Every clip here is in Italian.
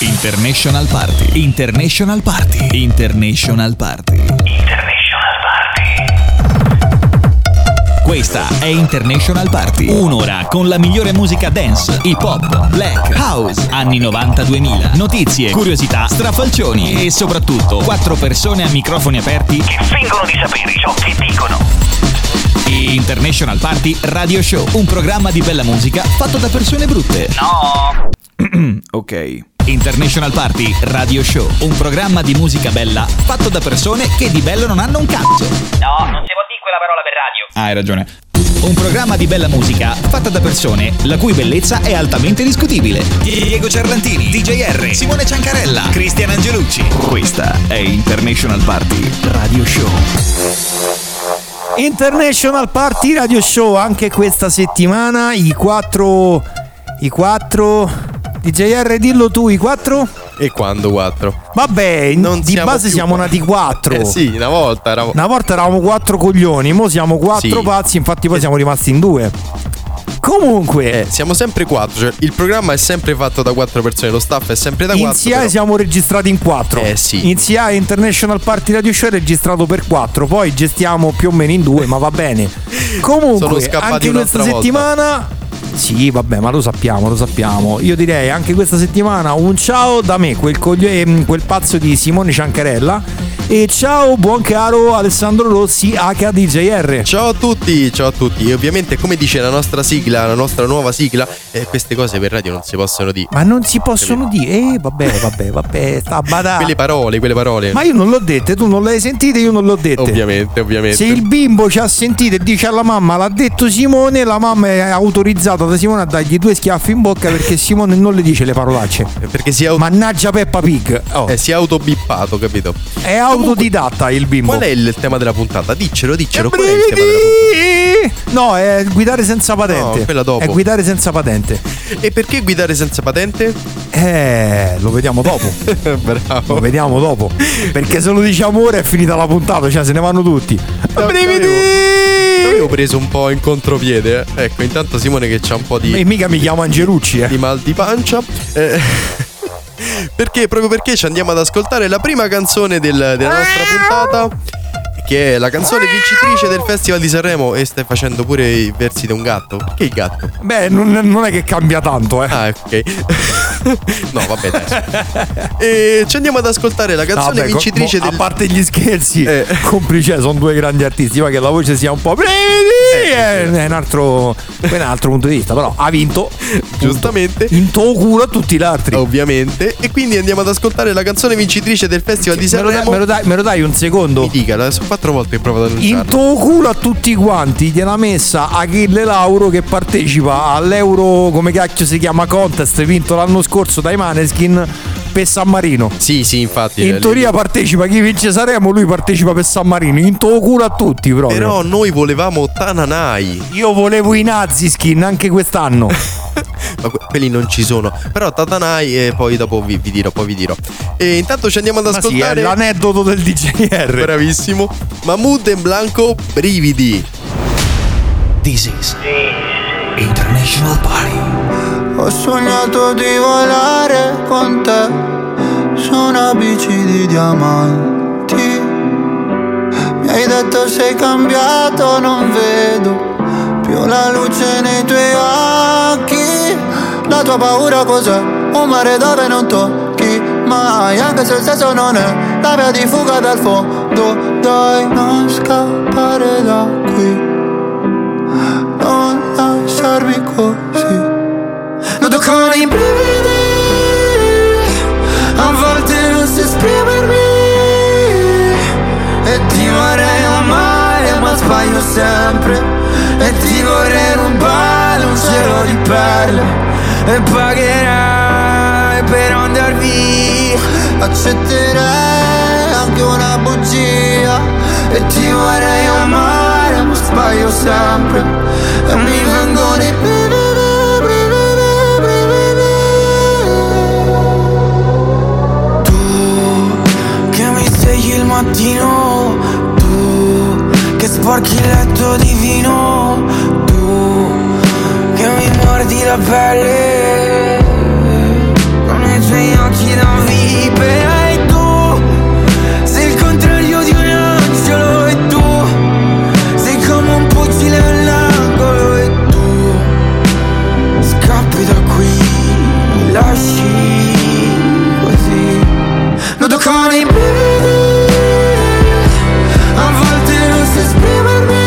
International Party. International Party. International Party. International Party. Questa è International Party. Un'ora con la migliore musica dance, hip hop, black, house, anni 90-2000. Notizie, curiosità, strafalcioni e soprattutto 4 persone a microfoni aperti che fingono di sapere ciò che dicono. International Party Radio Show, un programma di bella musica fatto da persone brutte. No. Ok. International Party Radio Show, un programma di musica bella fatto da persone che di bello non hanno un cazzo. No, non si può dire quella parola per radio. Ah, hai ragione. Un programma di bella musica fatta da persone la cui bellezza è altamente discutibile. Diego Cerlantini, DJ R, Simone Ciancarella, Cristian Angelucci. Questa è International Party Radio Show. International Party Radio Show, anche questa settimana i quattro DJR, dillo tu, i 4? E quando 4? Vabbè, non di base siamo nati 4. Sì, una volta eravamo 4 coglioni, mo siamo 4 pazzi, infatti poi siamo rimasti in 2. Comunque siamo sempre 4, cioè il programma è sempre fatto da 4 persone, lo staff è sempre da 4. In SIA siamo registrati in 4. Sì. In SIA International Party Radio Show è registrato per 4, poi gestiamo più o meno in 2, ma va bene. Comunque anche questa settimana sì, vabbè, ma lo sappiamo. Io direi anche questa settimana un ciao da me, quel pazzo di Simone Ciancarella. E ciao buon caro Alessandro Rossi HDJR. Ciao a tutti. E ovviamente, come dice la nostra sigla, la nostra nuova sigla, queste cose per radio non si possono dire. Ma non si possono dire? Vabbè, sta badando. Quelle parole. Ma io non l'ho dette, tu non le hai sentite, io non l'ho dette. Ovviamente. Se il bimbo ci ha sentito e dice alla mamma l'ha detto Simone, la mamma è autorizzata da Simone a dargli 2 schiaffi in bocca perché Simone non le dice le parolacce. Perché mannaggia Peppa Pig. Si è autobippato, capito? È autodidatta il bimbo. Qual è il tema della puntata? Diccelo. Qual è il tema della puntata? No, è guidare senza patente. No, quella dopo. È guidare senza patente. E perché guidare senza patente? Lo vediamo dopo. Bravo. Lo vediamo dopo. Perché se lo diciamo ora è finita la puntata, cioè se ne vanno tutti. Avevo preso un po' in contropiede. Ecco, intanto Simone che c'ha un po' di... E mica mi chiamo Angelucci, di mal di pancia. Proprio perché ci andiamo ad ascoltare la prima canzone della nostra puntata, che è la canzone vincitrice del Festival di Sanremo. E stai facendo pure i versi di un gatto? Perché il gatto? Beh, non è che cambia tanto, Ah, ok. No, vabbè, dai. E ci andiamo ad ascoltare la canzone vincitrice a parte gli scherzi, complice, sono 2 grandi artisti, ma che la voce sia un po' è un altro punto di vista, però ha vinto giustamente in tuo culo a tutti gli altri, ovviamente. E quindi andiamo ad ascoltare la canzone vincitrice del Festival di Sanremo. Me lo dai un secondo? Mi dica, sono 4 volte che provo ad annunciarlo. In tuo culo a tutti quanti gliela messa Achille Lauro, che partecipa all'Euro, come cacchio si chiama, contest vinto l'anno scorso dai Maneskin per San Marino. Sì, infatti. In teoria partecipa chi vince Sanremo, lui partecipa per San Marino. In tuo culo a tutti proprio. Però noi volevamo Tananai. Io volevo i Naziskin anche quest'anno. Ma quelli non ci sono. Però Tananai, e poi dopo vi dirò. E intanto ci andiamo ad ascoltare. Sì, è l'aneddoto del DJR. Bravissimo. Mahmood e Blanco, Brividi. This is International Party. Ho sognato di volare con te su una bici di diamanti. Mi hai detto sei cambiato, non vedo più la luce nei tuoi occhi. La tua paura cos'è? Un mare dove non tocchi mai, anche se il senso non è la via di fuga dal fondo. Dai, non scappare da qui, non lasciarmi così. Noto con i brividi, a volte non so esprimermi, e ti vorrei amare ma sbaglio sempre, e ti vorrei rubare un cielo di perle, e pagherai per andar via. Accetterei anche una bugia, e ti vorrei amare ma sbaglio sempre, e mi vengono i brividi. Il mattino, tu che sporchi il letto di vino, tu che mi mordi la pelle con i tuoi occhi occhi da vipera e tu sei il contrario di un angelo e tu sei come un pugile all'angolo e tu scappi da qui, mi lasci così, nudo con i brividi, a volte non so esprimermi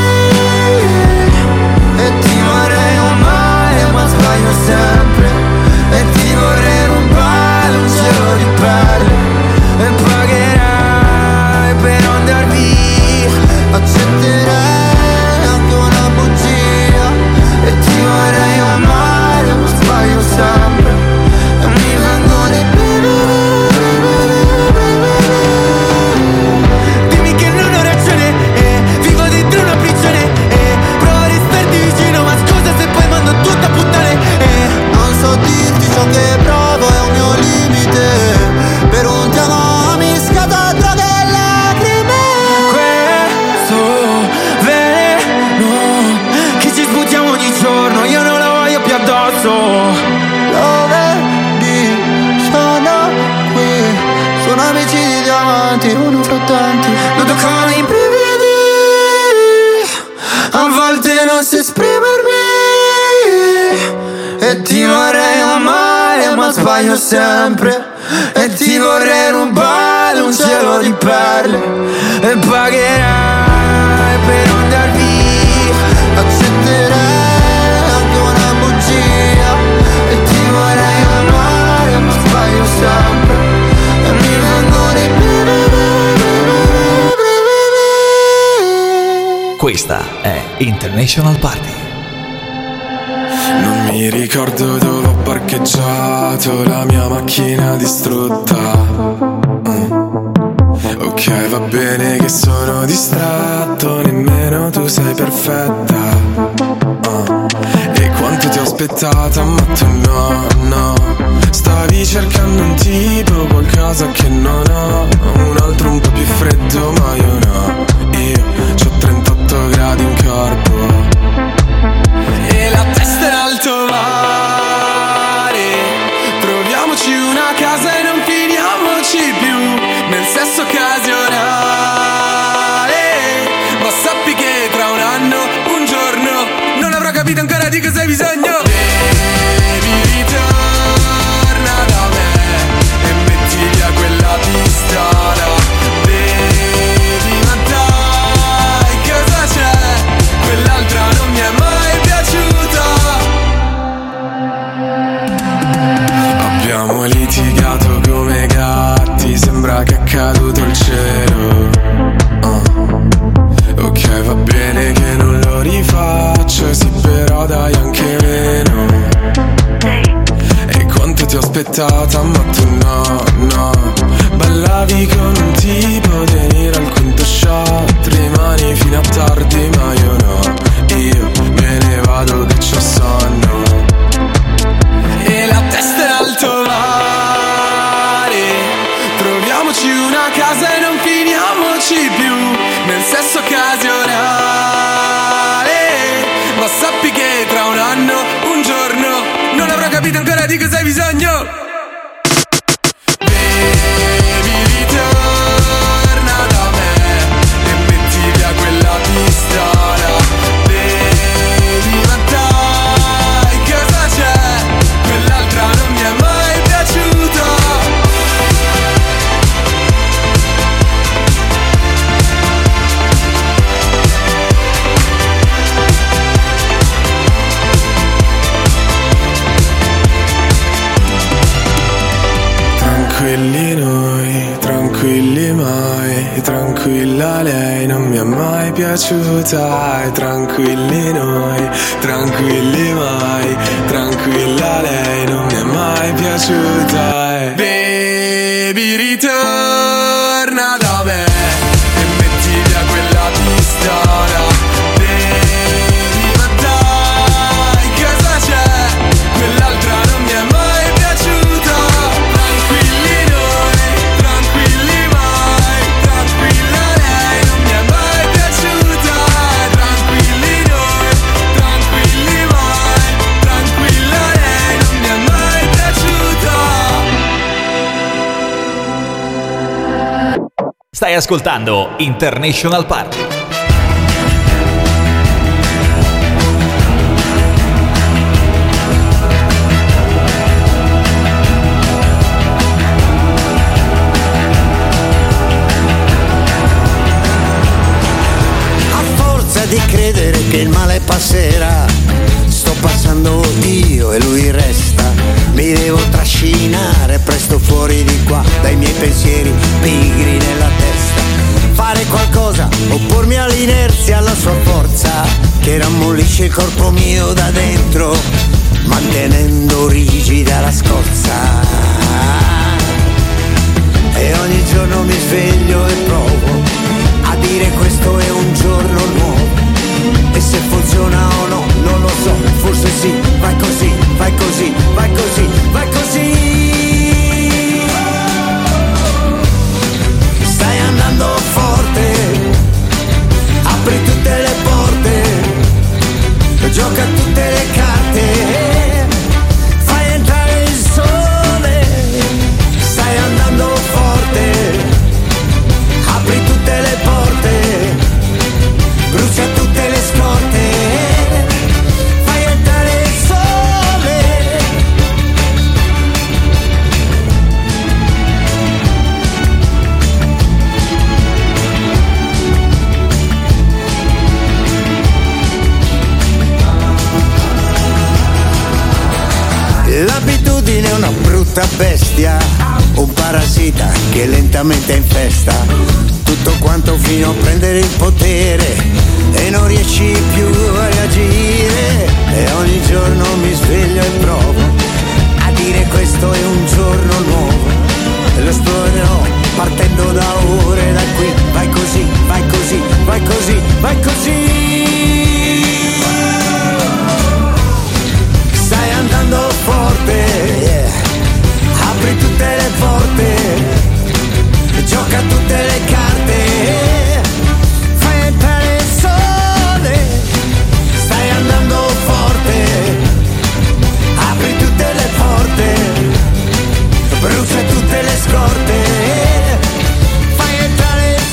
e ti vorrei amare ma sbaglio sempre e ti vorrei rubare un cielo di perle e pagherai per andar via, accetterai anche una bugia e ti vorrei amare ma sbaglio sempre e mi vengono i dimmi che non ho ragione vivo dentro una prigione provo a restarti vicino ma scusa se poi mando tutto a puttane non so dirti ciò che provo è un mio limite per un ti amo mischiato a droghe e lacrime questo veleno che ci sputiamo ogni giorno io non lo voglio più addosso lo vedi sono qui sono amici di diamanti uno fra tanti lo toccano i brividi a volte non so esprimermi e ti vorrei amare ma sbaglio sempre e ti vorrei rubare un cielo di perle e pagherai per andar via, accetterai anche una bugia e ti vorrei amare ma sbaglio sempre e mi vengono i brividi. Questa è International Party. Non mi ricordo dove ho parcheggiato la mia macchina distrutta. Ok, va bene che sono distratto, nemmeno tu sei perfetta. E quanto ti ho aspettata, ma tu no. Stavi cercando un tipo, qualcosa che non ho, un altro un po' più freddo, ma io no. Io c'ho 38 gradi in corpo e la testa in alto mare. Troviamoci una casa e non finiamoci più nel sesso occasionale. Ma sappi che tra un anno, un giorno, non avrò capito ancora di cosa hai bisogno. Baby, ritorna da me e metti via quella pistola. Baby, ma dai, cosa c'è? Quell'altra non mi è mai piaciuta. Abbiamo litigato come gatti, sembra che è caduto il cielo. Ok, va bene che non lo rifaccio, sì però dai anche meno. E quanto ti ho aspettata, ma tu no. Ballavi con un tipo, venire al quinto shot, rimani fino a tardi, ma io no. Io me ne vado che c'ho sonno e la testa in alto mare. Troviamoci una casa e non finiamoci più nel sesso occasionale. Ma sappi che tra un anno, un giorno, non avrò capito ancora di cosa hai bisogno. Baby, ritorna da me e metti via quella pistola. Baby, ma dai, cosa c'è? Quell'altra non mi è mai piaciuta. Tranquilli noi, tranquilli mai, tranquilla lei non mi è mai piaciuta. E tranquilli noi, tranquilli mai, tranquilla lei non mi è mai piaciuta. Baby, ritorna da me e metti via quella pistola. Baby, ma dai, cosa c'è? Quell'altra non mi è mai piaciuta. Tranquilli noi, tranquilli mai, tranquilla lei non mi è mai piaciuta. Tranquilli noi, tranquilli mai, tranquilla lei non mi è mai piaciuta. Stai ascoltando International Party. Di credere che il male passerà, sto passando io e lui resta. Mi devo trascinare presto fuori di qua dai miei pensieri pigri nella testa. Fare qualcosa, oppormi all'inerzia, alla sua forza che rammollisce il corpo mio da dentro, mantenendo rigida la scorza. E ogni giorno mi sveglio e provo a dire questo è un giorno nuovo. E se funziona o no, non lo so, forse sì, vai così, vai così, vai così, vai così. Stai andando forte, apri tutte le porte, gioca tutte le carte, fai entrare il sole. Stai andando forte, apri tutte le porte, brucia tutte le scorte, fai entrare il sole. L'abitudine è una brutta bestia, un parassita che lentamente infesta tutto quanto fino a prendere il potere e non riesci più a reagire. E ogni giorno mi sveglio e provo a dire questo è un giorno nuovo, e lo esplorerò partendo da ore, da qui. Vai così, vai così, vai così, vai così. Stai andando forte, yeah. Apri tutte le porte, gioca tutte le carte, fai entrare il sole. Stai andando forte, apri tutte le porte, brucia tutte le scorte, fai entrare il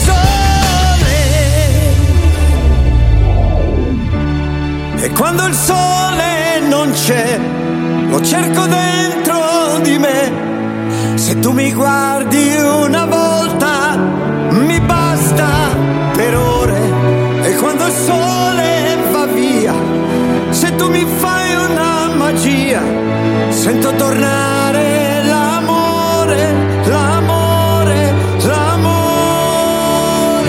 sole. E quando il sole non c'è, lo cerco dentro di me. Se tu mi guardi una volta, mi basta per ore. E quando il sole va via, se tu mi fai una magia, sento tornare l'amore, l'amore, l'amore.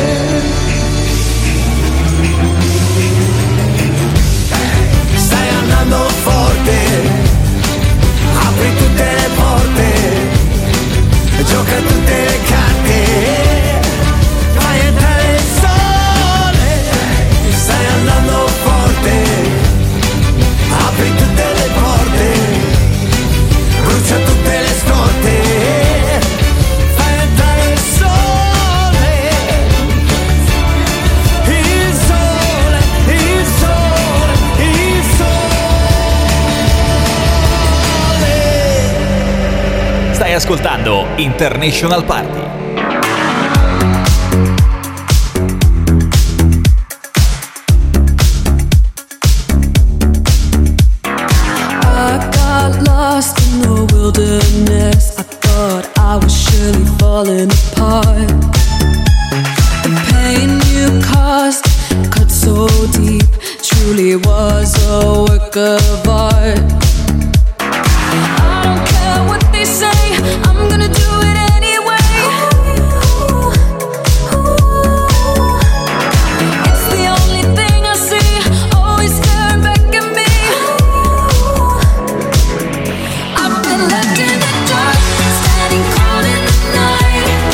Stai andando forte, apri tutte le porte, gioca tutte le carte, fai entrare il sole. Stai andando forte, apri tutte le porte, brucia tutte le scorte, fai entrare il sole. Il sole, il sole, il sole. Stai ascoltando International Party. I got lost in the wilderness. I thought I was surely falling apart. The pain you caused cut so deep, truly was a work of art. I don't care what they say, I'm gonna do it anyway. It's the only thing I see, always staring back at me. I've been left in the dark, standing cold in the night.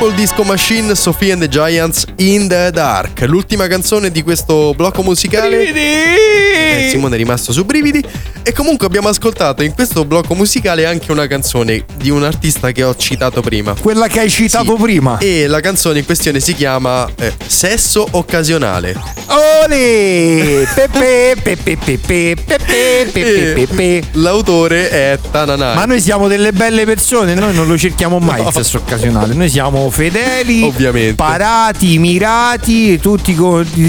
Purple Disco Machine, Sophie and the Giants, In the Dark, l'ultima canzone di questo blocco musicale. Simone è rimasto su brividi. E comunque abbiamo ascoltato in questo blocco musicale anche una canzone di un artista che ho citato prima. Quella che hai citato prima. E la canzone in questione si chiama Sesso Occasionale. Ole! Pepe. L'autore è Tananai. Ma noi siamo delle belle persone, noi non lo cerchiamo mai il sesso occasionale. Noi siamo fedeli, ovviamente, parati, mirati, tutti come il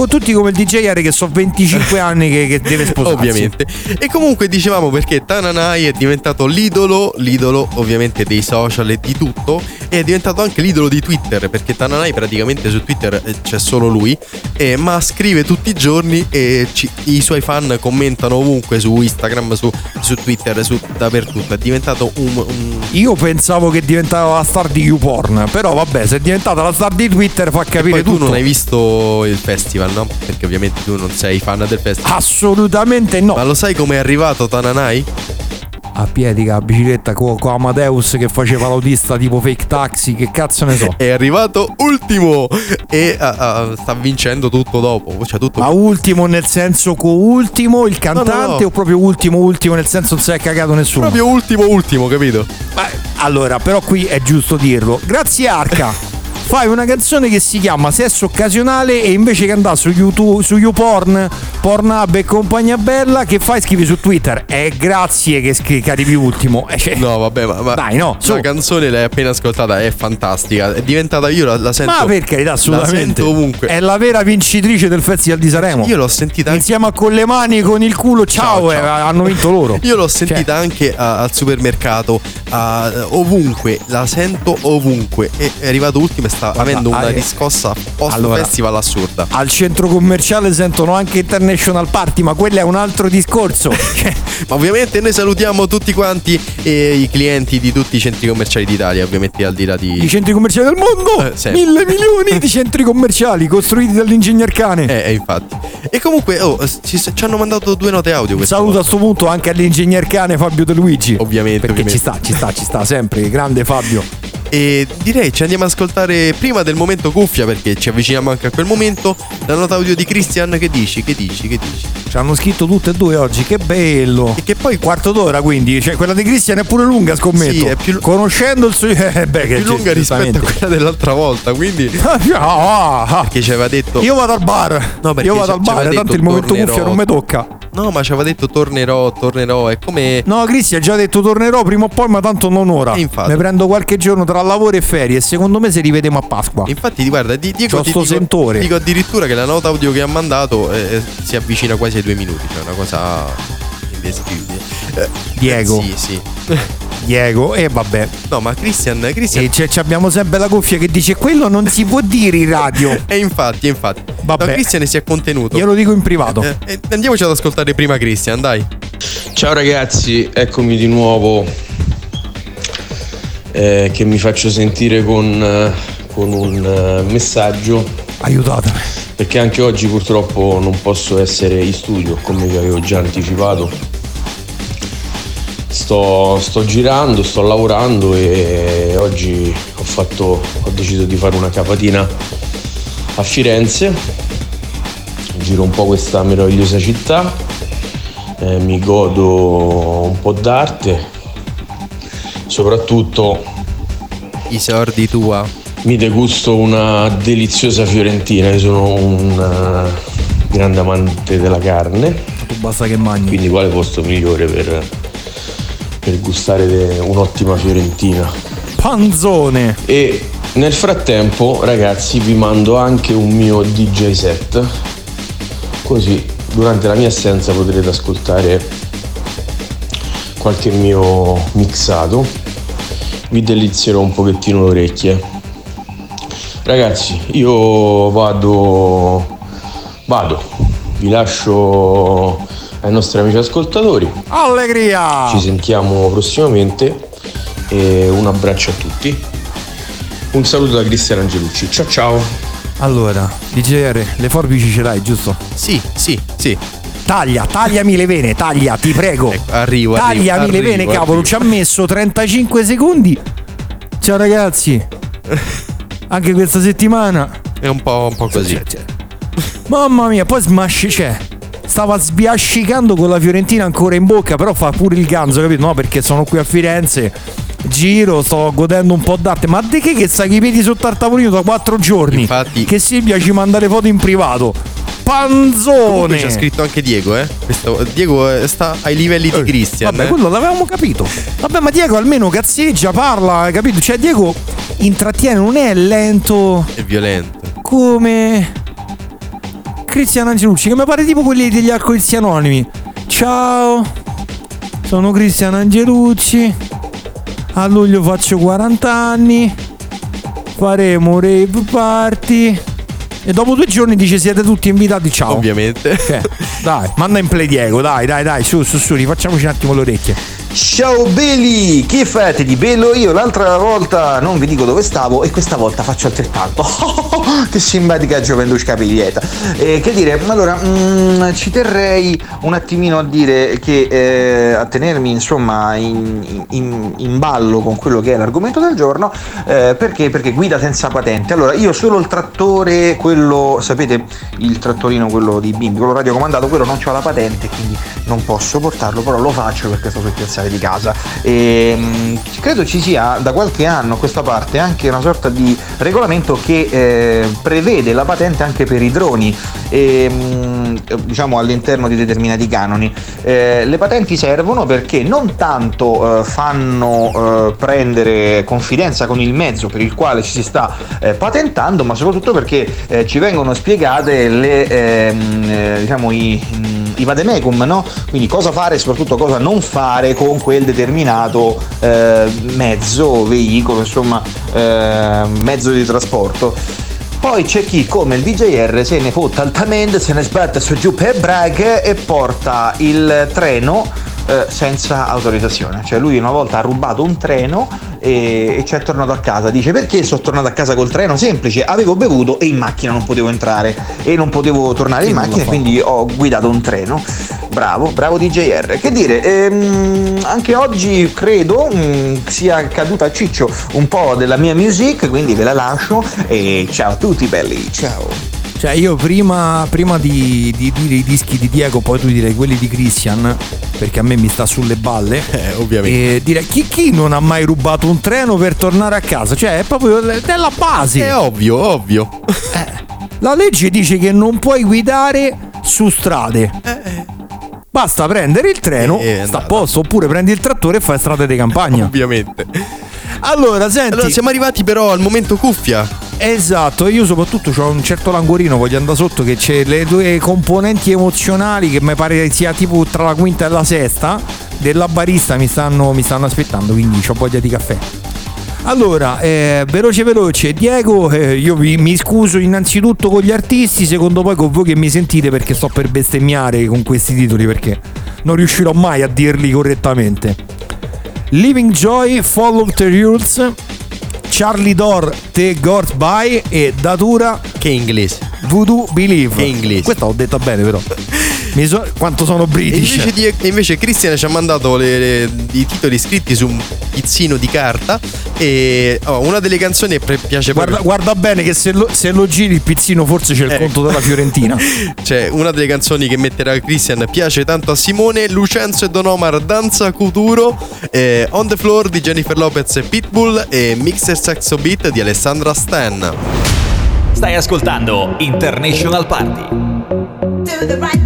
DJ Are che so 25 anni che deve sposarsi. Ovviamente. E comunque dicevamo perché Tananai è diventato l'idolo ovviamente dei social e di tutto, e è diventato anche l'idolo di Twitter, perché Tananai praticamente su Twitter c'è solo lui, ma scrive tutti i giorni e i suoi fan commentano ovunque, su Instagram, su Twitter, dappertutto. È diventato un... Io pensavo che diventava la star di YouPorn, però vabbè, se è diventata la star di Twitter fa capire poi tutto. Tu non hai visto il festival, no? Perché ovviamente tu non sei fan del festival. Assolutamente no. Ma lo sai come è arrivato Tananai? A piedi con la bicicletta con Amadeus che faceva l'autista tipo Fake Taxi, che cazzo ne so. È arrivato ultimo e sta vincendo tutto dopo, cioè tutto. Ma ultimo nel senso ultimo il cantante, no. O proprio ultimo nel senso non si è cagato nessuno? Proprio ultimo, capito? Allora, però qui è giusto dirlo. Grazie Arca. Fai una canzone che si chiama Sesso Occasionale e invece che andare su YouTube, su YouPorn, Pornhub e compagnia bella, che fai? Scrivi su Twitter. Grazie che arrivi ultimo. No, vabbè, ma dai, no. La canzone l'hai appena ascoltata, è fantastica. È diventata, io la sento. Ma per carità, assolutamente. La sento ovunque. È la vera vincitrice del Festival di Sanremo. Io l'ho sentita insieme a Con le mani, con il culo, ciao. Hanno vinto loro. Io l'ho sentita anche al supermercato, ovunque. La sento ovunque. È arrivato ultimo e sta avendo una riscossa post-festival assurda. Al centro commerciale sentono anche International Party, ma quello è un altro discorso. Ma ovviamente noi salutiamo tutti quanti i clienti di tutti i centri commerciali d'Italia, ovviamente al di là di... I centri commerciali del mondo! 1.000 milioni di centri commerciali costruiti dall'ingegner Cane. Infatti. E comunque ci hanno mandato 2 note audio. Saluto a sto punto anche all'ingegner Cane Fabio De Luigi. Ovviamente. Perché ci sta sempre, grande Fabio. E direi ci andiamo ad ascoltare prima del momento cuffia, perché ci avviciniamo anche a quel momento, la nota audio di Christian. Che dici? Ci hanno scritto tutte e due oggi, che bello. E che poi quarto d'ora, quindi, cioè quella di Christian è pure lunga, scommetto. Sì, è più conoscendo il suo è più lunga rispetto a quella dell'altra volta, quindi perché ci aveva detto io vado al bar. No, io vado al bar, tanto il momento cuffia non mi tocca. No, ma ci aveva detto tornerò, è come... No, Cristi ha già detto tornerò prima o poi, ma tanto non ora. Infatti. Mi prendo qualche giorno tra lavoro e ferie e secondo me se rivedemo a Pasqua. Infatti, guarda, dico addirittura che la nota audio che ha mandato si avvicina quasi ai 2 minuti, cioè una cosa indescrivibile. Diego. Sì. Diego, e vabbè. No, ma Christian. E abbiamo sempre la cuffia che dice quello non si può dire in radio. E infatti. Vabbè. No, Christian si è contenuto. Io lo dico in privato. Andiamoci ad ascoltare prima Christian, dai. Ciao ragazzi, eccomi di nuovo. Che mi faccio sentire con un messaggio. Aiutatemi. Perché anche oggi purtroppo non posso essere in studio, come vi avevo già anticipato. Sto girando, sto lavorando e oggi ho deciso di fare una capatina a Firenze. Giro un po' questa meravigliosa città, mi godo un po' d'arte, soprattutto i sordi tua. Mi degusto una deliziosa fiorentina. Io sono un grande amante della carne. Tu basta che mangi. Quindi quale posto migliore per gustare un'ottima fiorentina? Panzone. E nel frattempo, ragazzi, vi mando anche un mio DJ set, così durante la mia assenza potrete ascoltare qualche mio mixato. Vi delizierò un pochettino le orecchie. Ragazzi, io vado, vi lascio ai nostri amici ascoltatori. Allegria! Ci sentiamo prossimamente e un abbraccio a tutti. Un saluto da Cristian Angelucci. Ciao. Allora, DJR, le forbici ce l'hai, giusto? Sì. Tagliami le vene, ti prego. Arrivo. Tagliami le vene, cavolo, ci ha messo 35 secondi. Ciao ragazzi. Anche questa settimana è un po' così. Mamma mia, poi stava sbiascicando con la Fiorentina ancora in bocca, però fa pure il ganzo, capito? No, perché sono qui a Firenze, giro, sto godendo un po' d'arte. Ma di che sta i piedi sotto al tavolino da 4 giorni? Infatti, che Silvia ci manda le foto in privato. Panzone! Comunque c'è scritto anche Diego, Diego sta ai livelli di Christian. Vabbè, quello l'avevamo capito. Vabbè, ma Diego almeno cazzeggia, parla, capito? Cioè Diego intrattiene, non è lento. È violento. Come Cristian Angelucci, che mi pare tipo quelli degli Alcolisti Anonimi. Ciao, sono Cristian Angelucci. A luglio faccio 40 anni. Faremo rave party. E dopo 2 giorni dice siete tutti invitati, ciao. Ovviamente. Dai, manda in play Diego, dai, su, rifacciamoci un attimo le orecchie. Ciao belli, che fate di bello? Io l'altra volta non vi dico dove stavo e questa volta faccio altrettanto. Che simpatica gioventù capiglietta. Che dire, allora ci terrei un attimino a dire che a tenermi insomma in ballo con quello che è l'argomento del giorno, perché guida senza patente. Allora io solo il trattore, quello, sapete, il trattorino, quello di bimbi, quello radiocomandato, quello non c'ho la patente, quindi non posso portarlo, però lo faccio perché sto sul piazzale di casa. E credo ci sia da qualche anno a questa parte anche una sorta di regolamento che prevede la patente anche per i droni, diciamo all'interno di determinati canoni. Le patenti servono perché non tanto fanno prendere confidenza con il mezzo per il quale ci si sta patentando, ma soprattutto perché ci vengono spiegate diciamo i vademecum, no? Quindi cosa fare e soprattutto cosa non fare con quel determinato mezzo, veicolo, insomma mezzo di trasporto. Poi c'è chi, come il DJR, se ne fotta altamente, se ne sbatte su giù per braghe e porta il treno senza autorizzazione. Cioè lui una volta ha rubato un treno e ci è tornato a casa. Dice: perché sono tornato a casa col treno? Semplice, avevo bevuto e in macchina non potevo entrare e non potevo tornare in macchina, quindi ho guidato un treno. Bravo DJR. Che dire, anche oggi credo sia caduta a ciccio un po' della mia music, quindi ve la lascio e ciao a tutti belli, ciao. Cioè io prima di dire i dischi di Diego, poi tu direi quelli di Christian, perché a me mi sta sulle balle, ovviamente. E direi chi non ha mai rubato un treno per tornare a casa? Cioè è proprio della base. È ovvio. La legge dice che non puoi guidare su strade. Basta prendere il treno, sta a posto, oppure prendi il trattore e fai strade di campagna. Ovviamente. Allora, senti. Allora, siamo arrivati però al momento cuffia. Esatto, io soprattutto ho un certo languorino, voglio andare sotto, che c'è le 2 componenti emozionali che mi pare sia tipo tra la quinta e la sesta della barista mi stanno aspettando, quindi ho voglia di caffè. Allora, veloce Diego, io mi scuso innanzitutto con gli artisti, secondo poi con voi che mi sentite, perché sto per bestemmiare con questi titoli perché non riuscirò mai a dirli correttamente. Living Joy, Follow the Rules, Charlie Dore, The God By e Datura, che inglese, Voodoo Believe, che inglese. Questa l'ho detta bene però. Quanto sono british. Invece Christian ci ha mandato i titoli scritti su un pizzino di carta. E una delle canzoni piace proprio. Guarda bene che se lo giri il pizzino forse c'è il conto della Fiorentina. Cioè, una delle canzoni che metterà Christian piace tanto a Simone, Lucenzo e Don Omar, Danza Cuturo, On the Floor di Jennifer Lopez e Pitbull e Mixer Saxo Beat di Alessandra Stan. Stai ascoltando International Party. To the right.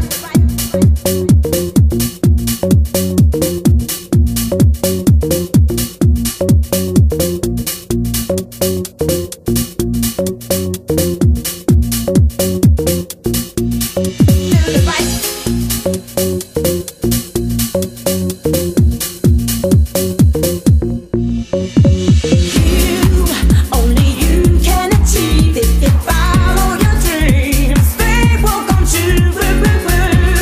Follow your dreams, they will come true.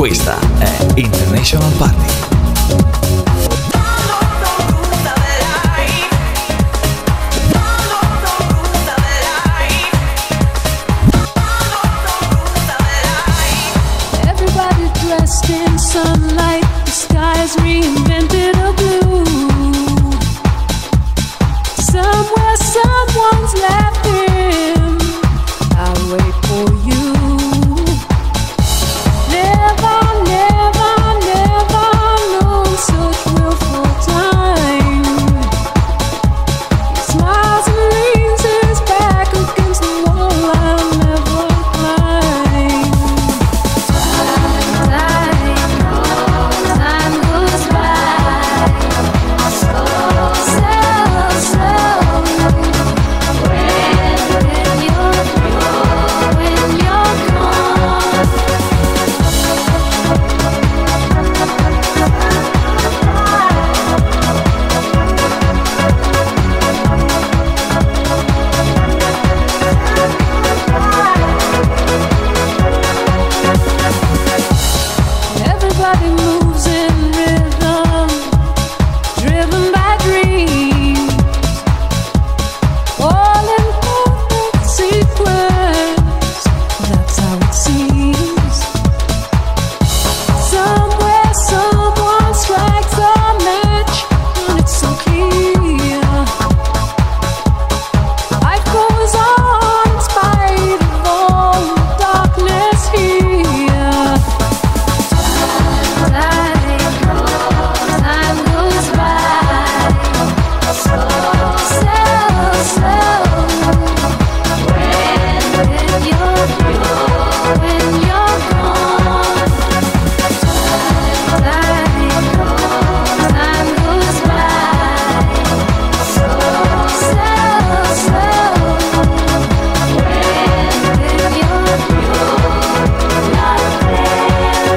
Questa è International Party. Dressed in sunlight, the skies reinvented a blue. Somewhere someone's laughing, I'll wait for you. Never, never, never known such willful time. He smiles and leans his back against the wall I'll never climb. Time goes by so slowly. When you're gone. Everybody moves in rhythm, driven by dreams, all in perfect sequence. That's how it seems. Somewhere someone strikes a match, and it's so clear. Life goes on in spite of all the darkness here. Time goes by so slowly. When you're gone. Time goes by so slowly. When you're not there.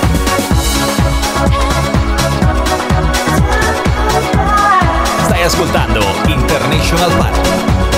Stai ascoltando International Party.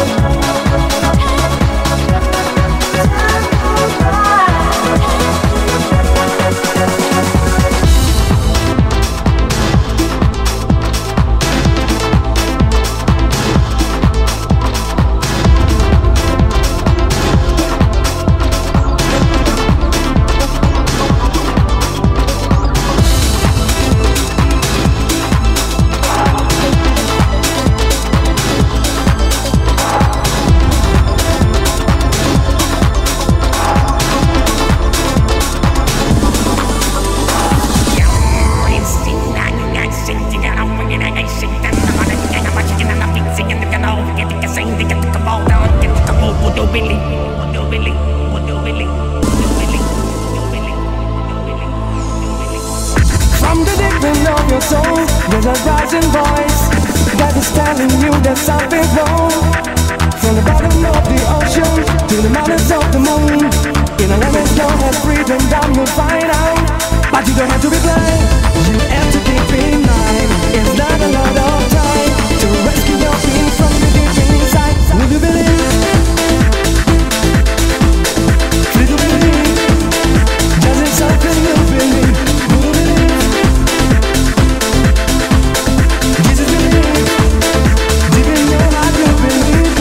From the deep of your soul, there's a rising voice that is telling you that something's wrong. From the bottom of the ocean to the mountains of the moon, in a land that don't have freedom, down you'll find out. But you don't have to be blind, you have to keep in mind. It's not a lot of time to rescue your being from the deep inside. Will you believe? Will you believe? Does it something you believe? Will you believe? Jesus believe. Deep in your heart you believe.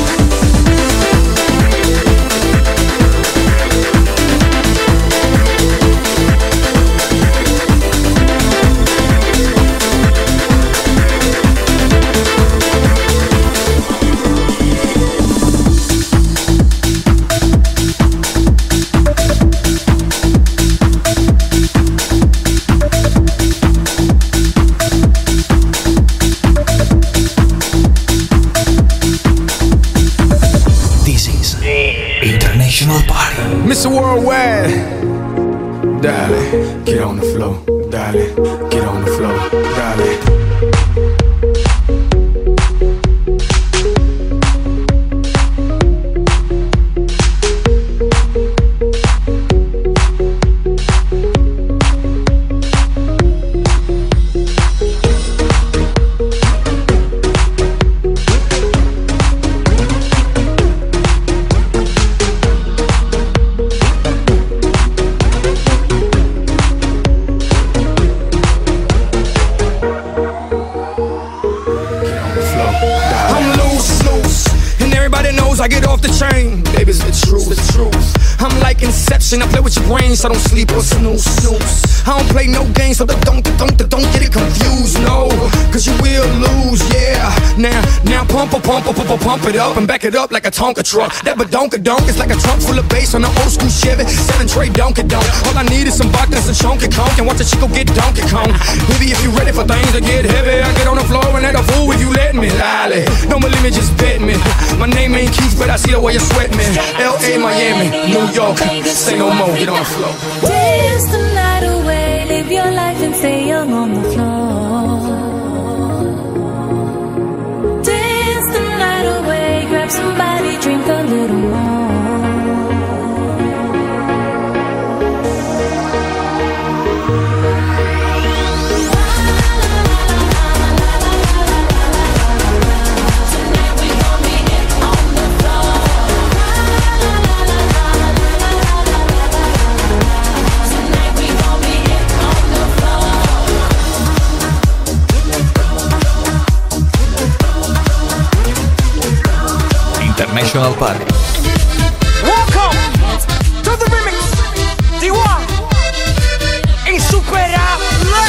International Party. Mr. Worldwide, darling, get on the floor, darling, get on the floor, darling. Everybody knows I get off the chain. Baby, it's the truth. I'm like Inception, I play with your brain, so I don't sleep or snooze. I don't play no games, so don't get it confused, no. Cause you will lose, yeah. Now pump it up and back it up like a Tonka truck. That badonka-donk is like a trunk full of bass on an old school Chevy. Selling Trey Donka-donk. All I need is some vodka and some chunky conk, and watch a chico get Donkey Kong. Baby, if you ready for things to get heavy, I get on the floor and act a fool if you let me. Lolly, don't believe me, just bet me. My name ain't Keith, but I see the way you sweat me. L.A., Miami, New York, say no more, get on the floor. Dance the night away, live your life and stay young on the floor. Dance the night away, grab somebody, drink a little more. International Party. Welcome to the remix. D1 Insuperable.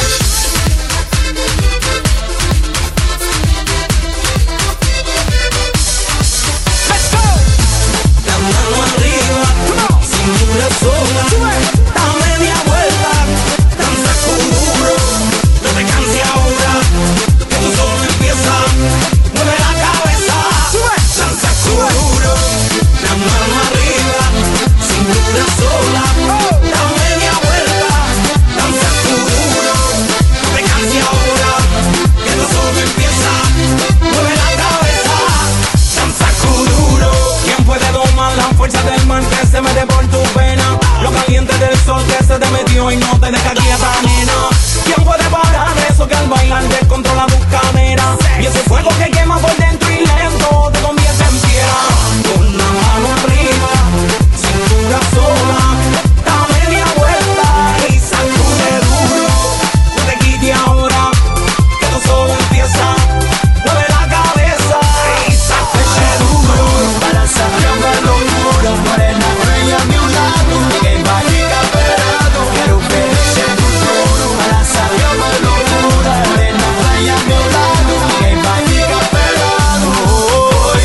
Let's go. La mano arriba, cintura sola, da media vuelta, danza con duro, no te canses ahora, que tú solo empieza, mueve la cabeza, danza con duro, la mano arriba, cintura sola, da media vuelta, danza con duro, no te canses ahora, que tú solo empieza, mueve la cabeza, danza con duro. ¿Quién puede domar la fuerza del mar que se mete por tu pena? Lo caliente del sol que se te metió y no te deja quieta, nena. ¿Quién puede parar eso que al bailar descontrola tus caderas? Y ese fuego que quema por dentro y lento te convierte en piedra. Con la mano arriba, cintura sola, da media vuelta y sacude duro. No te quites ahora, que tú solo empieza. Mueve la cabeza y sacude duro. Para saber la locura, morena, rey a mi lado, que vaya esperado, quiero ver ese futuro. Para saber la locura, morena, rey a mi lado, que vaya esperado. Hoy,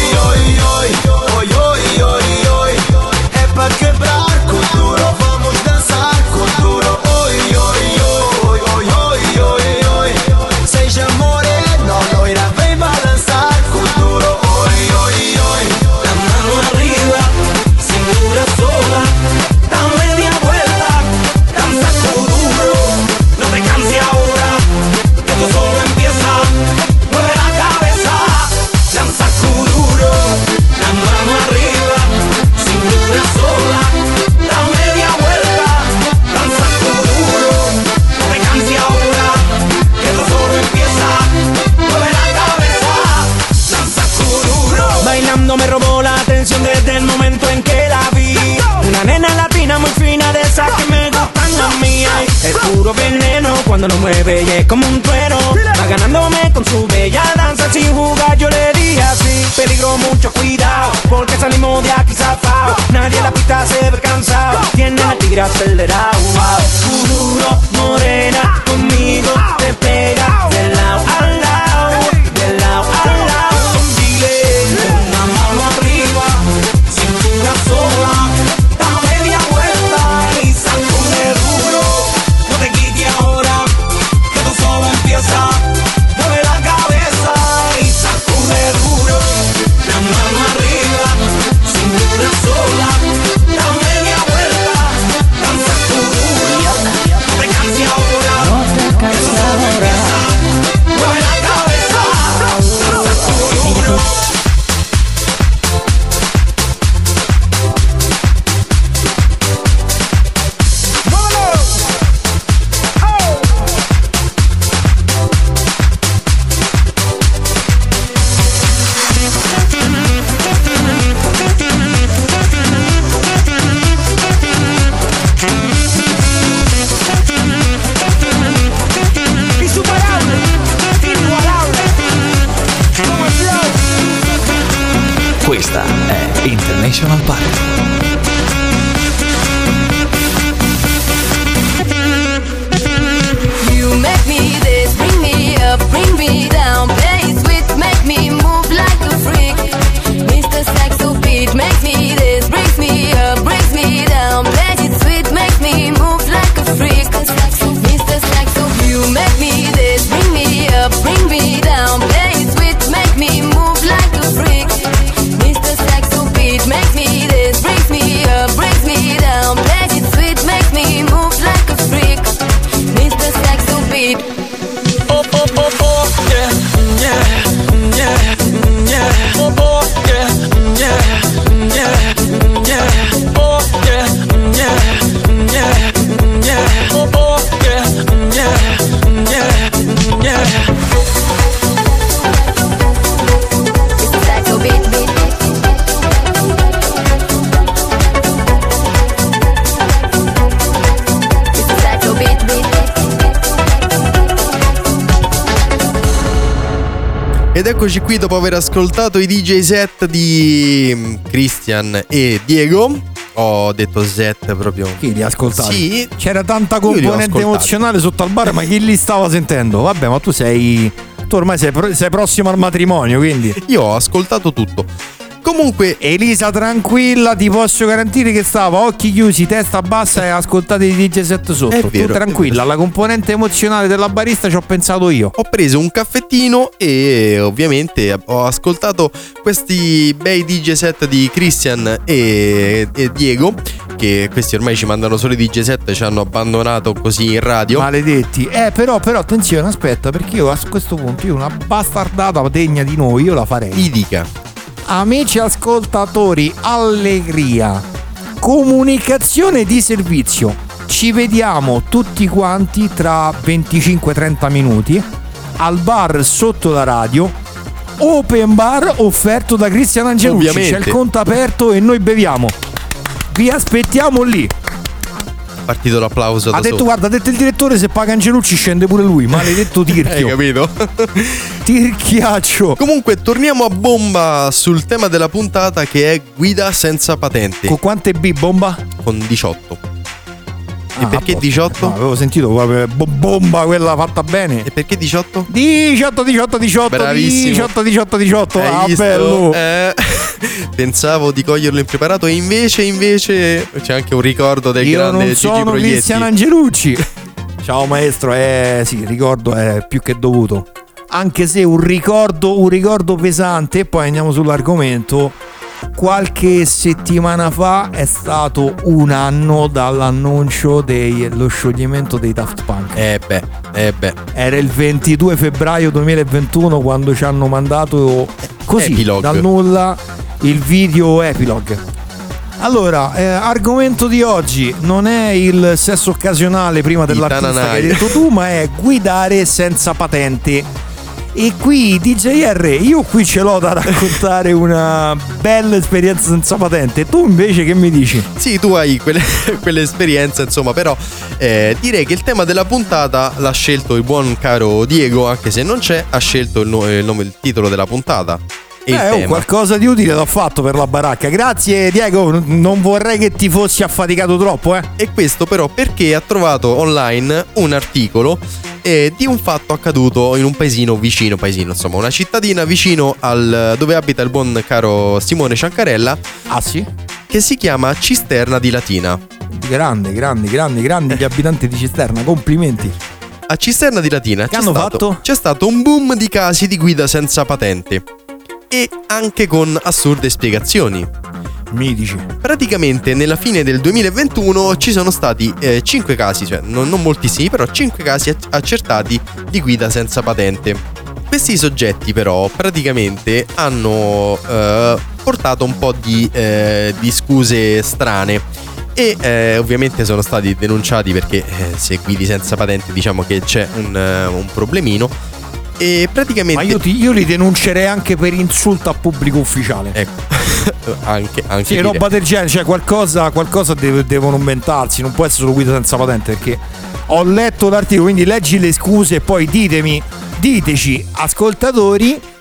es para quebrar con duro, vamos a danzar con duro. Hoy, seja morena, loira, vem balançar con duro. Hoy, la mano arriba, cintura sola, da media vuelta, danza con duro, no te canses ahora, que tú solo empieza, mueve la cabeza, danza con duro, la mano arriba, cintura sola, da media vuelta, danza con duro, no te canses ahora, que tú solo empieza, mueve la cabeza, danza con duro. Bailando me robó la atención desde el momento en que la vi. Una nena latina muy fina, de esas que me gustan a mí. Ay, es puro veneno cuando lo mueve y es como un trueno. Va ganándome con su bella danza, sin jugar yo le di así. Peligro, mucho cuidado, porque salimos de aquí zafao. Nadie en la pista se ve cansado, tiene el tigre acelerado. Wow. Duro, morena, conmigo te pega de lado a lado, de lado a lado. Con la mano arriba, cintura sola, da media vuelta y sacude duro. No te quites ahora, que tú solo empieza. Mueve la cabeza y sacude duro. La mano arriba, cintura sola, da media vuelta, danza con duro. No te canses ahora, que tú solo empieza. Mueve la cabeza, danza con duro. Insuperable, inigualable, como el flow. Questa International Party. You make me this, bring me up, bring me down. Play it sweet, make me move like a freak. Mr. Saxo beat makes me this, brings me up, brings me down. Play it sweet, make me move like a freak. Mr. Saxo, you make me this, bring me up, bring me down. Play it sweet, make me move like a freak. Mr. Saxo beat makes me this, brings me up, brings me down. Play it sweet, makes me move like a freak. Mr. Saxo beat. Oh, oh, oh, oh, yeah, yeah, yeah, yeah. Oh, oh, yeah, yeah, yeah, yeah. Oh, yeah, yeah, yeah, yeah. Oh, oh, yeah, yeah, yeah, yeah. Mr. Saxo beat, beat, beat. Mr. Saxo beat, beat, beat. Ed eccoci qui dopo aver ascoltato i DJ set di Christian e Diego. Ho detto set proprio. Chi li ha ascoltati? Sì. C'era tanta Io li ho componente ascoltati. emozionale sotto al bar, ma chi li stava sentendo? Vabbè, ma tu ormai sei prossimo al matrimonio, quindi. Io ho ascoltato tutto. Comunque, Elisa, tranquilla, ti posso garantire che stava occhi chiusi, testa bassa e ascoltate i DJ set sotto. È vero, tu tranquilla, alla componente emozionale della barista ci ho pensato io. ho preso un caffettino e ovviamente ho ascoltato questi bei DJ set di Christian e Diego, che questi ormai ci mandano solo i DJ set, ci hanno abbandonato così in radio. Maledetti. Però attenzione, aspetta, perché io a questo punto una bastardata degna di noi io la farei. Gli dica. Amici ascoltatori, allegria, comunicazione di servizio. Ci vediamo tutti quanti tra 25-30 minuti al bar sotto la radio. Open bar offerto da Cristian Angelucci. Ovviamente. C'è il conto aperto e noi beviamo. Vi aspettiamo lì. Partito l'applauso da Ha detto, sotto. guarda, ha detto il direttore, se paga Angelucci scende pure lui. Maledetto tirchio. Hai capito? Tirchiaccio. Comunque torniamo a bomba sul tema della puntata, che è guida senza patente. Con quante B, bomba? Con 18. E Ah, perché a posto. 18? No, avevo sentito proprio bomba quella fatta bene. E perché 18? 18. Bravissimo. 18. Hai Ah, visto? bello. Pensavo di coglierlo impreparato e invece c'è anche un ricordo del Io grande non Gigi sono Proietti. Cristian Angelucci. Ciao maestro, sì, il ricordo è più che dovuto. Anche se un ricordo pesante. E poi andiamo sull'argomento. Qualche settimana fa è stato un anno dall'annuncio dello scioglimento dei Daft Punk. Era il 22 febbraio 2021 quando ci hanno mandato così Epilogue. dal nulla il video Epilogue. Allora, argomento di oggi non è il sesso occasionale prima dell'artista che hai detto tu, ma è guidare senza patente. E qui DJR, io qui ce l'ho da raccontare una bella esperienza senza patente. Tu invece che mi dici? Sì, tu hai quell'esperienza, insomma, però direi che il tema della puntata l'ha scelto il buon caro Diego, anche se non c'è, ha scelto il titolo della puntata. E il tema. Qualcosa di utile l'ho fatto per la baracca. Grazie Diego, non vorrei che ti fossi affaticato troppo, E questo però perché ha trovato online un articolo di un fatto accaduto in un paesino, insomma, una cittadina vicino al dove abita il buon caro Simone Ciancarella. Ah sì? Che si chiama Cisterna di Latina. Grandi gli abitanti di Cisterna, complimenti. A Cisterna di Latina Che hanno fatto? c'è stato un boom di casi di guida senza patente e anche con assurde spiegazioni. Mitici. Praticamente nella fine del 2021 ci sono stati 5 casi, cioè non moltissimi, però 5 casi accertati di guida senza patente. Questi soggetti però praticamente hanno portato un po' di scuse strane e ovviamente sono stati denunciati perché se guidi senza patente diciamo che c'è un problemino. E praticamente. Ma io li denuncerei anche per insulto a pubblico ufficiale. Ecco. anche sì, roba del genere, cioè qualcosa devono inventarsi, non può essere solo guida senza patente, perché ho letto l'articolo, quindi leggi le scuse e poi diteci ascoltatori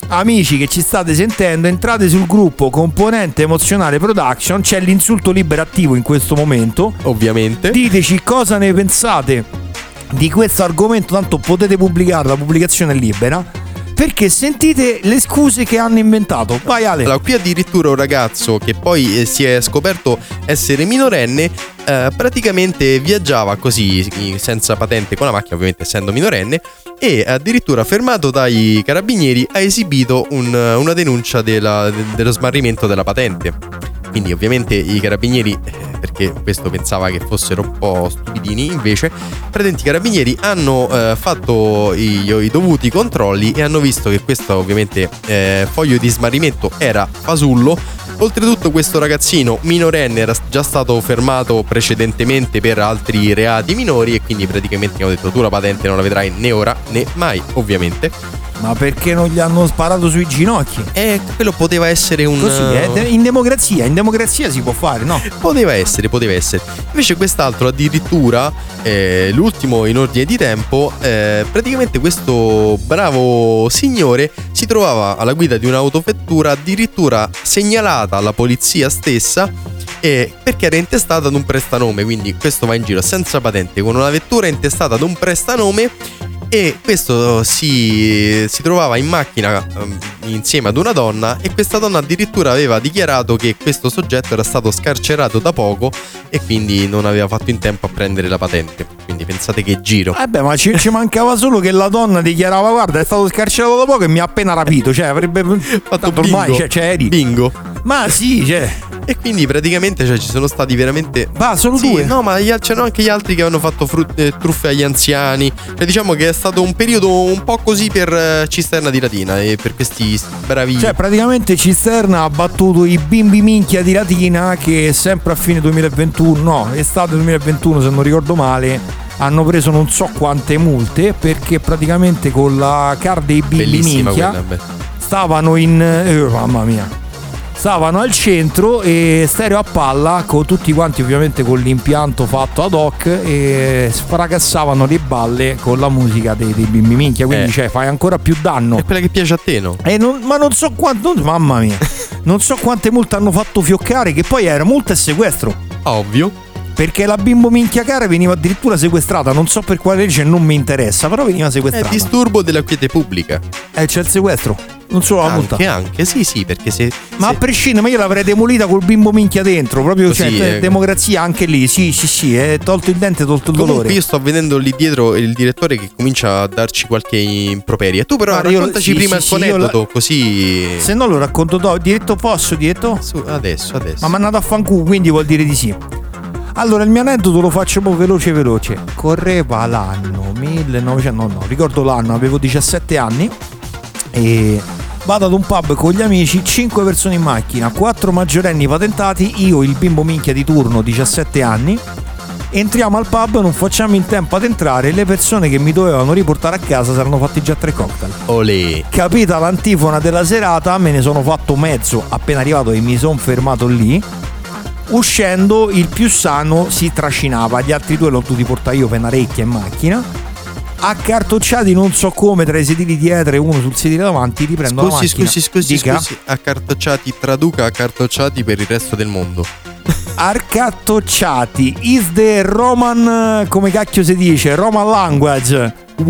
amici che ci state sentendo, entrate sul gruppo Componente Emozionale Production, c'è l'insulto libero attivo in questo momento, ovviamente. Diteci cosa ne pensate di questo argomento, tanto potete pubblicare, la pubblicazione è libera, perché sentite le scuse che hanno inventato. Vai Ale. Allora, qui addirittura un ragazzo che poi si è scoperto essere minorenne, praticamente viaggiava così senza patente con la macchina, ovviamente essendo minorenne, e addirittura fermato dai carabinieri ha esibito una denuncia dello smarrimento della patente. Quindi ovviamente i carabinieri, perché questo pensava che fossero un po' stupidini, invece i carabinieri hanno fatto i dovuti controlli e hanno visto che questo ovviamente foglio di smarrimento era fasullo. Oltretutto questo ragazzino minorenne era già stato fermato precedentemente per altri reati minori, e quindi praticamente hanno detto: tu la patente non la vedrai né ora né mai, ovviamente. Ma perché non gli hanno sparato sui ginocchi? Quello poteva essere un... Così, in democrazia si può fare, no? Poteva essere. Invece quest'altro addirittura, l'ultimo in ordine di tempo, praticamente questo bravo signore si trovava alla guida di un'autovettura addirittura segnalata alla polizia stessa, perché era intestata ad un prestanome. Quindi questo va in giro senza patente con una vettura intestata ad un prestanome, e questo si trovava in macchina insieme ad una donna, e questa donna addirittura aveva dichiarato che questo soggetto era stato scarcerato da poco e quindi non aveva fatto in tempo a prendere la patente. Quindi pensate che giro. Ma ci mancava solo che la donna dichiarava: guarda, è stato scarcerato da poco e mi ha appena rapito. Cioè avrebbe fatto ormai, eri bingo. Ma sì, E quindi praticamente ci sono stati veramente... solo due? No, ma c'erano anche gli altri che hanno fatto truffe agli anziani. Cioè diciamo che è stato un periodo un po' così per Cisterna di Latina e per questi bravi... Cioè praticamente Cisterna ha battuto i bimbi minchia di Latina, che sempre a fine 2021, no, estate 2021 se non ricordo male, hanno preso non so quante multe, perché praticamente con la card dei bimbi bellissima minchia stavano mamma mia, stavano al centro e stereo a palla, con tutti quanti ovviamente con l'impianto fatto ad hoc, e sfracassavano le balle con la musica dei bimbi minchia. Quindi fai ancora più danno. È quella che piace a te, no? Ma non so quanto, mamma mia, non so quante multe hanno fatto fioccare, che poi era multa e sequestro. Ovvio. Perché la bimbo minchia cara veniva addirittura sequestrata, non so per quale legge, non mi interessa, però veniva sequestrata. È disturbo della quiete pubblica. C'è il sequestro, non solo la multa. Anche, sì, perché se... Ma a prescindere, ma io l'avrei demolita col bimbo minchia dentro, proprio, così, democrazia anche lì, sì, tolto il dente, tolto il dolore. Comunque io sto vedendo lì dietro il direttore che comincia a darci qualche improperia. Tu però raccontaci prima il tuo aneddoto, così... Se no lo racconto dopo. Diretto, posso, diretto? Adesso. Ma mi è andato a fanculo, quindi vuol dire di sì. Allora il mio aneddoto lo faccio un po' veloce. Correva l'anno 1900, no, ricordo l'anno, avevo 17 anni e vado ad un pub con gli amici, 5 persone in macchina, 4 maggiorenni patentati, io il bimbo minchia di turno, 17 anni. Entriamo al pub, non facciamo in tempo ad entrare, le persone che mi dovevano riportare a casa si erano fatti già 3 cocktail. Olè. Capita l'antifona della serata, me ne sono fatto mezzo appena arrivato e mi sono fermato lì. Uscendo il più sano si trascinava, gli altri due l'ho dovuti portare io per una recchia in macchina, accartocciati non so come tra i sedili dietro e uno sul sedile davanti. Riprendo la macchina. Scusi, accartocciati, traduca accartocciati per il resto del mondo. Accartocciati is the Roman, come cacchio si dice, Roman language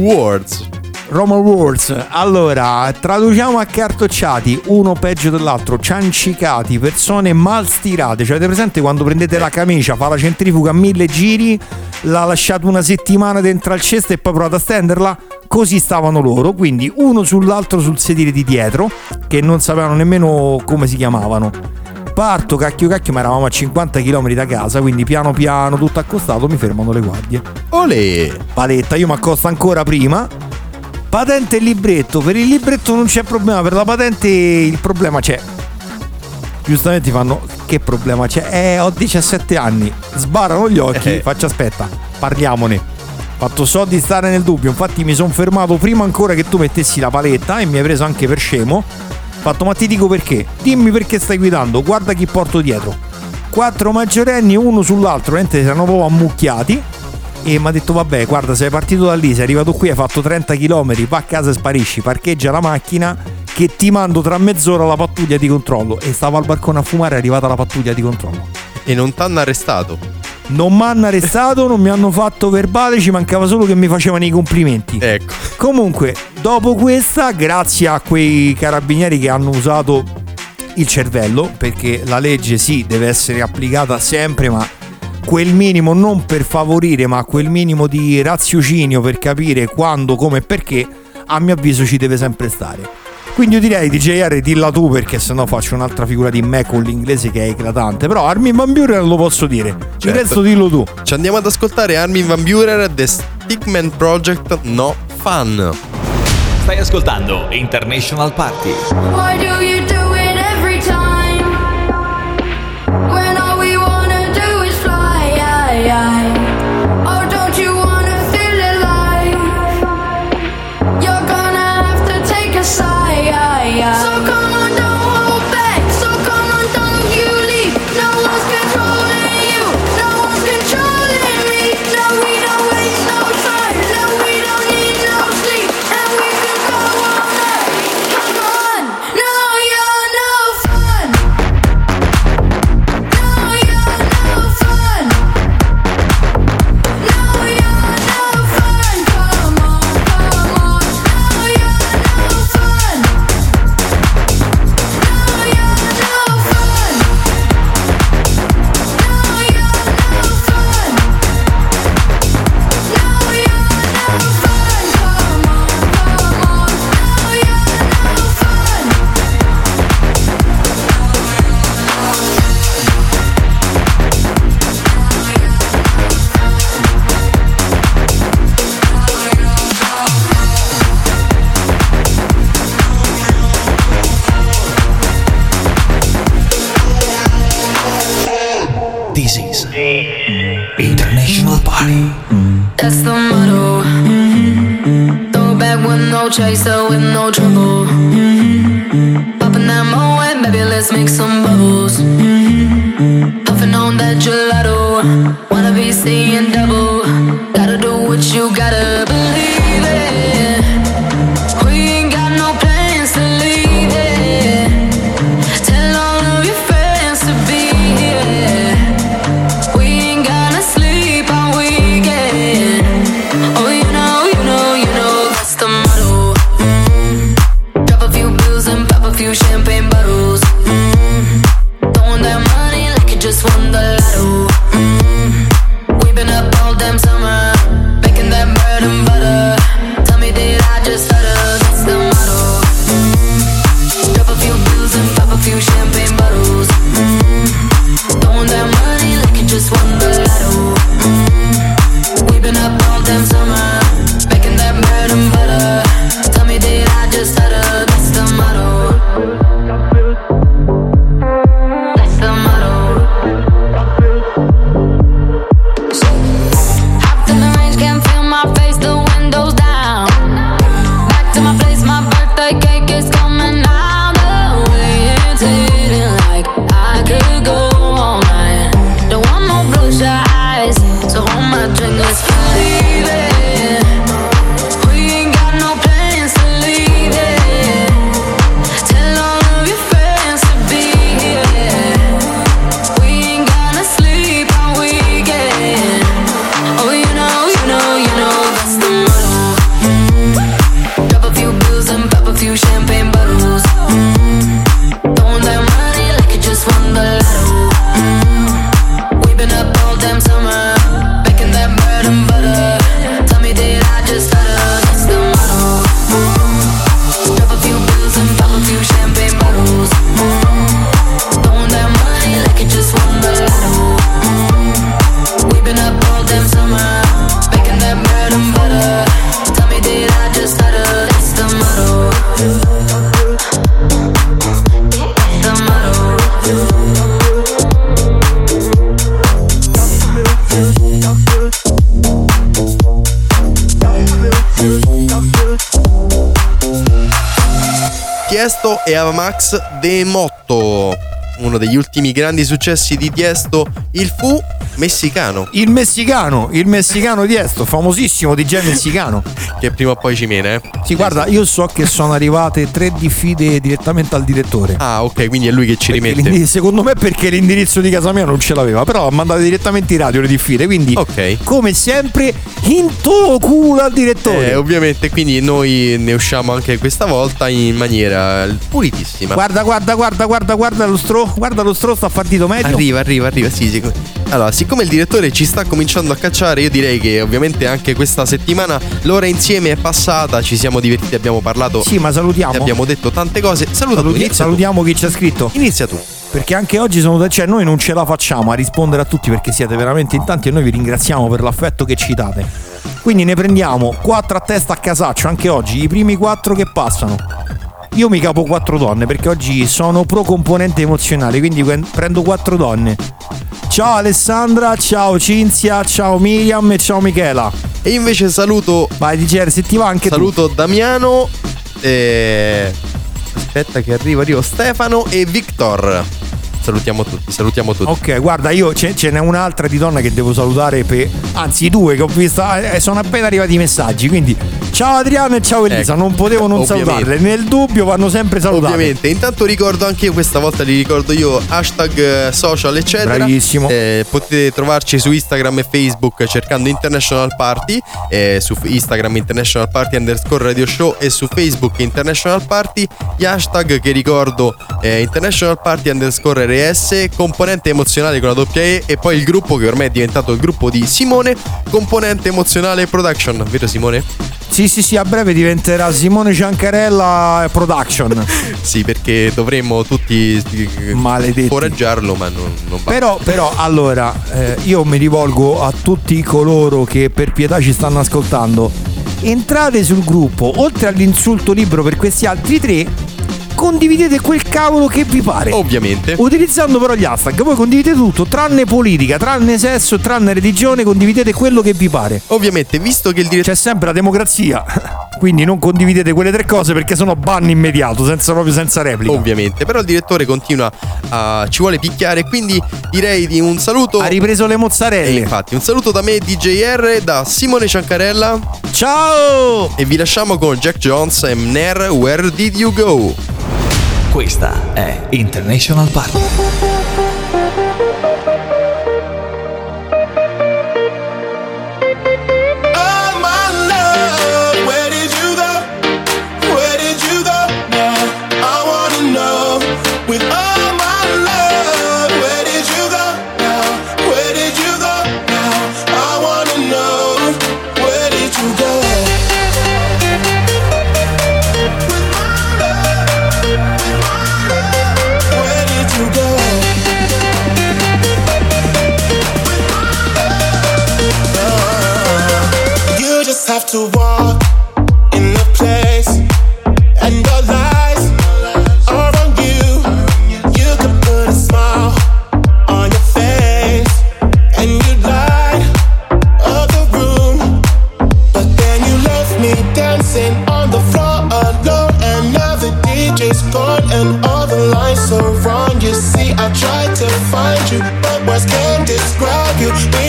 Roman words. Allora, traduciamo accartocciati, uno peggio dell'altro, ciancicati, persone mal stirate. Cioè, avete presente quando prendete la camicia, fa la centrifuga a 1000 giri, la lasciate una settimana dentro al cesto e poi provate a stenderla? Così stavano loro, quindi uno sull'altro sul sedile di dietro, che non sapevano nemmeno come si chiamavano. Parto, cacchio, ma eravamo a 50 km da casa, quindi piano piano, tutto accostato, mi fermano le guardie. Olè! Paletta, io mi accosto ancora prima. Patente e libretto. Per il libretto non c'è problema, per la patente il problema c'è. Giustamente fanno: che problema c'è? Ho 17 anni. Sbarano gli occhi. Faccio: aspetta, parliamone. Fatto so di stare nel dubbio. Infatti mi sono fermato prima ancora che tu mettessi la paletta e mi hai preso anche per scemo. Fatto: ma ti dico perché. Dimmi perché stai guidando. Guarda chi porto dietro. 4 maggiorenni uno sull'altro. Si erano proprio ammucchiati. E mi ha detto: vabbè, guarda, sei partito da lì, sei arrivato qui, hai fatto 30 km, va a casa e sparisci, parcheggia la macchina che ti mando tra mezz'ora la pattuglia di controllo. E stavo al balcone a fumare, è arrivata la pattuglia di controllo. E non t'hanno arrestato? Non mi hanno arrestato, non mi hanno fatto verbale, ci mancava solo che mi facevano i complimenti. Ecco. Comunque, dopo questa, grazie a quei carabinieri che hanno usato il cervello, perché la legge sì deve essere applicata sempre, ma quel minimo non per favorire, ma quel minimo di raziocinio per capire quando, come e perché, a mio avviso ci deve sempre stare. Quindi io direi DJR dilla tu, perché sennò faccio un'altra figura di me con l'inglese che è eclatante. Però Armin van Buuren lo posso dire, certo. Il resto dillo tu. Ci andiamo ad ascoltare Armin van Buuren, The Stickman Project, No Fun. Stai ascoltando International Party. Why do you do it every time? When all we wanna do is fly. Oh, don't you wanna feel alive? You're gonna have to take a side. So come on, don't hold back. So come on, don't you leave. No one's controlling you. No one's controlling me. No, we don't waste no time. No, we don't need no sleep. And we can go all night. Come on. No, you're no fun. No, you're no fun. No, you're no fun. Come on, come on. No, you're no fun. This is International Party. That's the motto. Throw back with no chaser, with no trouble. Popping that Moet, baby, let's make some bubbles. Puffing on that gelato. Wanna be seeing double. Gotta do what you gotta believe it. We ain't got no plans to leave it. Tell all of your friends to be here. We ain't gonna sleep all weekend. Oh, you know, that's the motto. Drop a few bills and pop a few champagne bottles. Throwing that money like you just won the lotto. We've been up all damn summer, making that bread and butter. Tell me, did I just stutter? That's the motto. Drop a few bills and pop a few champagne bottles. Throwing that money like you just won the lotto. We've been up all damn summer, making that bread and butter. Tell me, did I just stutter? That's the motto. That's the motto. Hopped in the range, can't feel my face, the windows down. Back to my place, my birthday cake is coming out. The way it's hitting, like I could go all night. Don't want no bloodshot eyes, so hold my drink, let's believe it. We ain't got no plans to leave it. Tell all of your friends to be here. We ain't gonna sleep all weekend. Oh, you know, that's the motto. Drop a few bills and pop a few champagne bottles. Throwing that money like you just won the lotto. We've been up all damn summer, making that bread and butter. Tell me, did I just stutter? That's the motto. Drop a few bills and pop a few champagne bottles. Throwing that money like you just won the lotto. We've been up all damn summer, making that bread and butter. Tell me, did I just stutter? That's the motto. That's the motto. Tiesto e Ava Max, De Motto. uno degli ultimi grandi successi di Tiesto, il fu messicano. Il messicano Tiesto, famosissimo DJ messicano. Che prima o poi ci mena, Sì, guarda, io so che sono arrivate 3 diffide direttamente al direttore. Ah, ok, quindi è lui che ci rimette. Secondo me perché l'indirizzo di casa mia non ce l'aveva, però ha mandato direttamente in radio le diffide, quindi come sempre in to culo al direttore. Ovviamente, quindi noi ne usciamo anche questa volta in maniera pulitissima. Guarda lo stro sta partito medio. Arriva, sì. Allora, siccome il direttore ci sta cominciando a cacciare, io direi che ovviamente anche questa settimana l'ora insieme è passata, ci siamo divertiti, abbiamo parlato. Sì, ma salutiamo. Abbiamo detto tante cose. Salutiamo chi ci ha scritto. Inizia tu. Perché anche oggi noi non ce la facciamo a rispondere a tutti perché siete veramente in tanti e noi vi ringraziamo per l'affetto che ci date. Quindi ne prendiamo 4 a testa a casaccio anche oggi, i primi 4 che passano. Io mi capo 4 donne perché oggi sono pro componente emozionale, quindi prendo 4 donne. Ciao Alessandra, ciao Cinzia, ciao Miriam e ciao Michela. E invece saluto. Vai DJ, se ti va anche saluto tu. Damiano. Aspetta che arriva Stefano e Victor. Salutiamo tutti. Ok, guarda, io ce n'è un'altra di donna che devo salutare anzi 2 che ho visto, sono appena arrivati i messaggi, quindi ciao Adriano e ciao Elisa, non potevo non salutarle, nel dubbio vanno sempre salutate. Ovviamente, intanto ricordo anche io, questa volta li ricordo io, hashtag social eccetera. Bravissimo. Potete trovarci su Instagram e Facebook cercando International Party, su Instagram International Party _radio show e su Facebook International Party. Gli hashtag che ricordo International Party _ RS, componente emozionale con la doppia E, e poi il gruppo che ormai è diventato il gruppo di Simone, componente emozionale production, vero Simone? Sì, a breve diventerà Simone Ciancarella Production. Sì, perché dovremmo tutti maledetti foraggiarlo, ma non va. Però allora io mi rivolgo a tutti coloro che per pietà ci stanno ascoltando. Entrate sul gruppo, oltre all'insulto libero per questi altri 3, condividete quel cavolo che vi pare. Ovviamente. Utilizzando però gli hashtag. Voi condividete tutto, tranne politica, tranne sesso, tranne religione, condividete quello che vi pare. Ovviamente, visto che il direttore... C'è sempre la democrazia. Quindi non condividete quelle 3 cose perché sono ban immediato, senza replica. Ovviamente, però il direttore continua ci vuole picchiare, quindi direi di un saluto. Ha ripreso le mozzarelle. Infatti, un saluto da me DJR, da Simone Ciancarella. Ciao! E vi lasciamo con Jack Jones e Mner, Where Did You Go? Questa è International Party. Have to walk in the place, and your lies are on you. You could put a smile on your face, and you light up the room, but then you left me dancing on the floor alone, and now the DJ's gone, and all the lines are wrong. You see, I tried to find you, but words can't describe you.